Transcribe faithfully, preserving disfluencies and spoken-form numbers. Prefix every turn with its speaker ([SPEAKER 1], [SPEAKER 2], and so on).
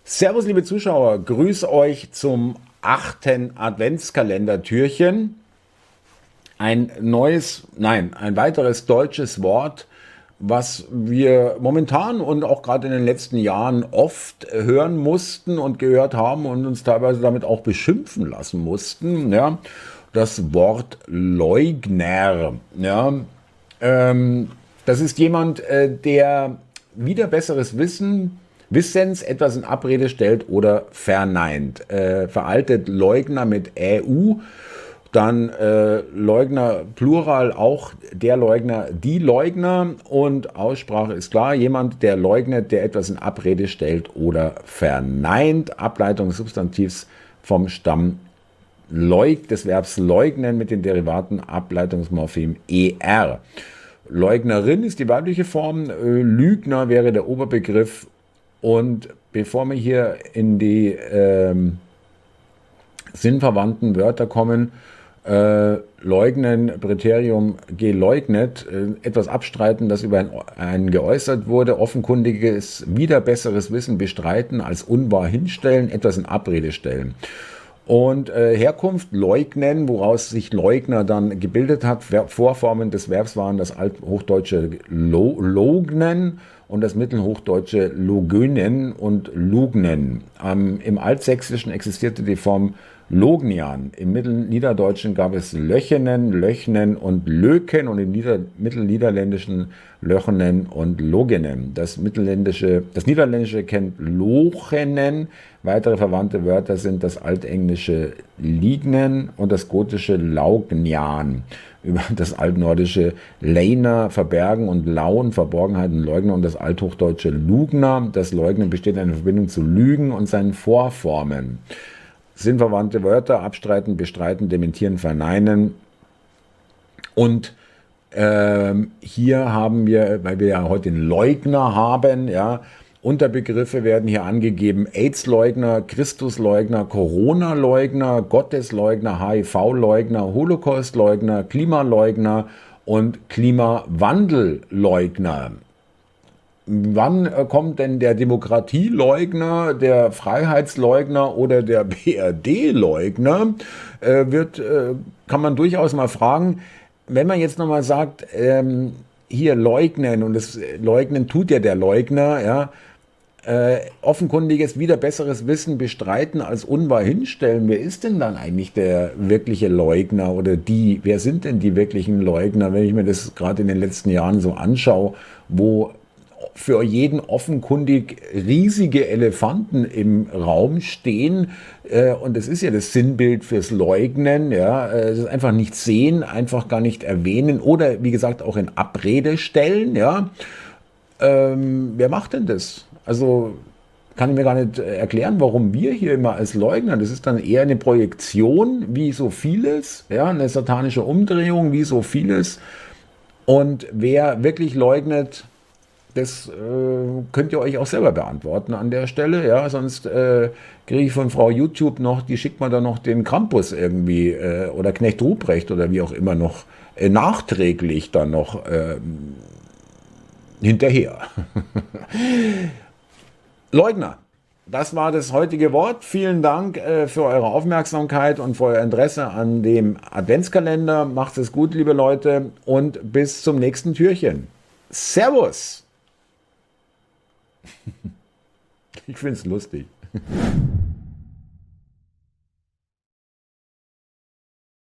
[SPEAKER 1] Servus, liebe Zuschauer, grüß euch zum achten Adventskalender-Türchen. Ein neues, nein, ein weiteres deutsches Wort, was wir momentan und auch gerade in den letzten Jahren oft hören mussten und gehört haben und uns teilweise damit auch beschimpfen lassen mussten. Ja, das Wort Leugner. Ja, ähm, das ist jemand, äh, der wieder besseres Wissen Wissens etwas in Abrede stellt oder verneint. Äh, veraltet Leugner mit Ä U, dann äh, Leugner Plural auch der Leugner, die Leugner, und Aussprache ist klar, jemand, der leugnet, der etwas in Abrede stellt oder verneint. Ableitung des Substantivs vom Stamm leug, des Verbs leugnen mit den Derivaten Ableitungsmorphem er. Leugnerin ist die weibliche Form, äh, Lügner wäre der Oberbegriff. Und bevor wir hier in die ähm, sinnverwandten Wörter kommen, äh, leugnen, Präterium geleugnet, äh, etwas abstreiten, das über einen geäußert wurde, offenkundiges, wieder besseres Wissen bestreiten, als unwahr hinstellen, etwas in Abrede stellen. Und äh, Herkunft leugnen, woraus sich Leugner dann gebildet hat. Vorformen des Verbs waren das althochdeutsche lo, lognen und das mittelhochdeutsche logönen und lugnen. Ähm, Im Altsächsischen existierte die Form lognian. Im Mittelniederdeutschen gab es löchenen, löchnen und löken und im Nieder Mittelniederländischen löchenen und logenen. Das Mittelländische, das Niederländische kennt lochenen. Weitere verwandte Wörter sind das altenglische lignen und das gotische laugnian. Über das altnordische leiner, verbergen, und lauen, Verborgenheit und Leugner, und das althochdeutsche lugner. Das Leugnen besteht in Verbindung zu Lügen und seinen Vorformen. Sinnverwandte Wörter: abstreiten, bestreiten, dementieren, verneinen. Und ähm, hier haben wir, weil wir ja heute den Leugner haben, ja, Unterbegriffe werden hier angegeben: AIDS-Leugner, Christusleugner, Corona-Leugner, Gottesleugner, H I V-Leugner, Holocaust-Leugner, Klimaleugner und Klimawandelleugner. Wann kommt denn der Demokratieleugner, der Freiheitsleugner oder der B R D-Leugner? Äh, wird, äh, kann man durchaus mal fragen. Wenn man jetzt nochmal sagt, ähm, hier leugnen, und das Leugnen tut ja der Leugner, ja, äh, offenkundiges, wieder besseres Wissen bestreiten, als unwahr hinstellen. Wer ist denn dann eigentlich der wirkliche Leugner oder die? Wer sind denn die wirklichen Leugner, wenn ich mir das gerade in den letzten Jahren so anschaue, wo für jeden offenkundig riesige Elefanten im Raum stehen, äh, und das ist ja das Sinnbild fürs Leugnen, ja, äh, das ist einfach nicht sehen, einfach gar nicht erwähnen oder wie gesagt auch in Abrede stellen, ja. Ähm, wer macht denn das? Also kann ich mir gar nicht erklären, warum wir hier immer als Leugner, das ist dann eher eine Projektion, wie so vieles, ja, eine satanische Umdrehung, wie so vieles. Und wer wirklich leugnet, das äh, könnt ihr euch auch selber beantworten an der Stelle, ja, sonst äh, kriege ich von Frau YouTube noch, die schickt mir dann noch den Krampus irgendwie äh, oder Knecht Ruprecht oder wie auch immer noch äh, nachträglich dann noch äh, hinterher. Leugner, das war das heutige Wort. Vielen Dank äh, für eure Aufmerksamkeit und für euer Interesse an dem Adventskalender. Macht es gut, liebe Leute, und bis zum nächsten Türchen. Servus! Ich finde es lustig.